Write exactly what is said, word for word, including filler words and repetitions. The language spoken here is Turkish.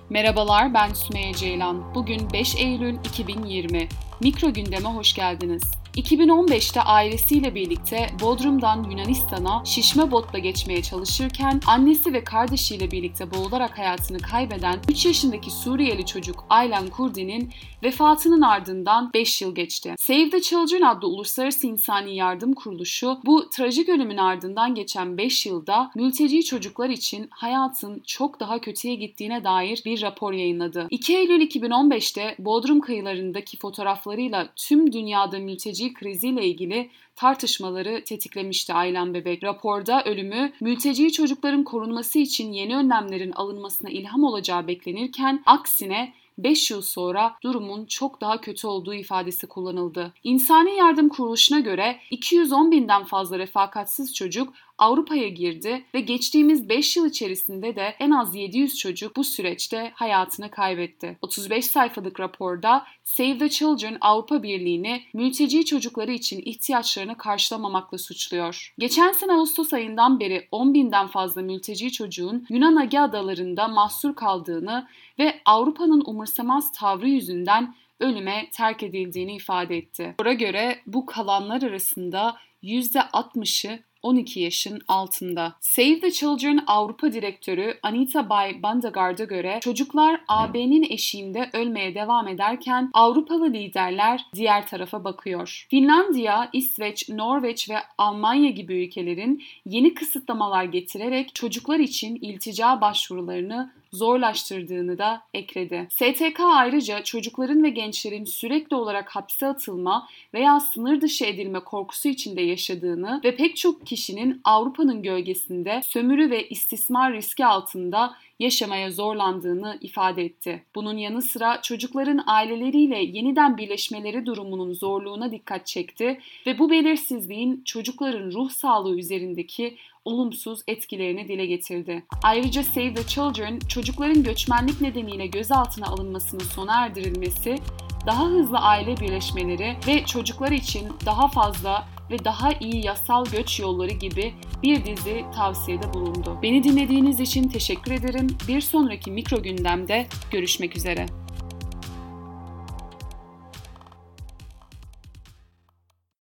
Merhabalar, ben Sümeyye Ceylan. Bugün beş Eylül iki bin yirmi. Mikro gündeme hoş geldiniz. iki bin on beşte ailesiyle birlikte Bodrum'dan Yunanistan'a şişme botla geçmeye çalışırken annesi ve kardeşiyle birlikte boğularak hayatını kaybeden üç yaşındaki Suriyeli çocuk Aylan Kurdi'nin vefatının ardından beş yıl geçti. Save the Children adlı uluslararası insani yardım kuruluşu bu trajik ölümün ardından geçen beş yılda mülteci çocuklar için hayatın çok daha kötüye gittiğine dair bir rapor yayınladı. iki Eylül iki bin on beşte Bodrum kıyılarındaki fotoğraflarıyla tüm dünyada mülteci kriziyle ilgili tartışmaları tetiklemişti Aylan Bebek. Raporda ölümü mülteci çocukların korunması için yeni önlemlerin alınmasına ilham olacağı beklenirken aksine beş yıl sonra durumun çok daha kötü olduğu ifadesi kullanıldı. İnsani Yardım Kuruluşu'na göre iki yüz on binden fazla refakatsiz çocuk Avrupa'ya girdi ve geçtiğimiz beş yıl içerisinde de en az yedi yüz çocuk bu süreçte hayatını kaybetti. otuz beş sayfalık raporda Save the Children Avrupa Birliği'ni mülteci çocukları için ihtiyaçlarını karşılamamakla suçluyor. Geçen sene Ağustos ayından beri on binden fazla mülteci çocuğun Yunan Ege adalarında mahsur kaldığını ve Avrupa'nın umursamaz tavrı yüzünden ölüme terk edildiğini ifade etti. Buna göre bu kalanlar arasında yüzde altmışı on iki yaşın altında. Save the Children Avrupa Direktörü Anita Bay Bandagard'a göre çocuklar A B'nin eşiğinde ölmeye devam ederken Avrupalı liderler diğer tarafa bakıyor. Finlandiya, İsveç, Norveç ve Almanya gibi ülkelerin yeni kısıtlamalar getirerek çocuklar için iltica başvurularını zorlaştırdığını da ekledi. S T K ayrıca çocukların ve gençlerin sürekli olarak hapse atılma veya sınır dışı edilme korkusu içinde yaşadığını ve pek çok kişinin Avrupa'nın gölgesinde sömürü ve istismar riski altında yaşamaya zorlandığını ifade etti. Bunun yanı sıra çocukların aileleriyle yeniden birleşmeleri durumunun zorluğuna dikkat çekti ve bu belirsizliğin çocukların ruh sağlığı üzerindeki olumsuz etkilerini dile getirdi. Ayrıca Save the Children, çocukların göçmenlik nedeniyle gözaltına alınmasının sona erdirilmesi, daha hızlı aile birleşmeleri ve çocuklar için daha fazla ve daha iyi yasal göç yolları gibi bir dizi tavsiyede bulundu. Beni dinlediğiniz için teşekkür ederim. Bir sonraki mikro gündemde görüşmek üzere.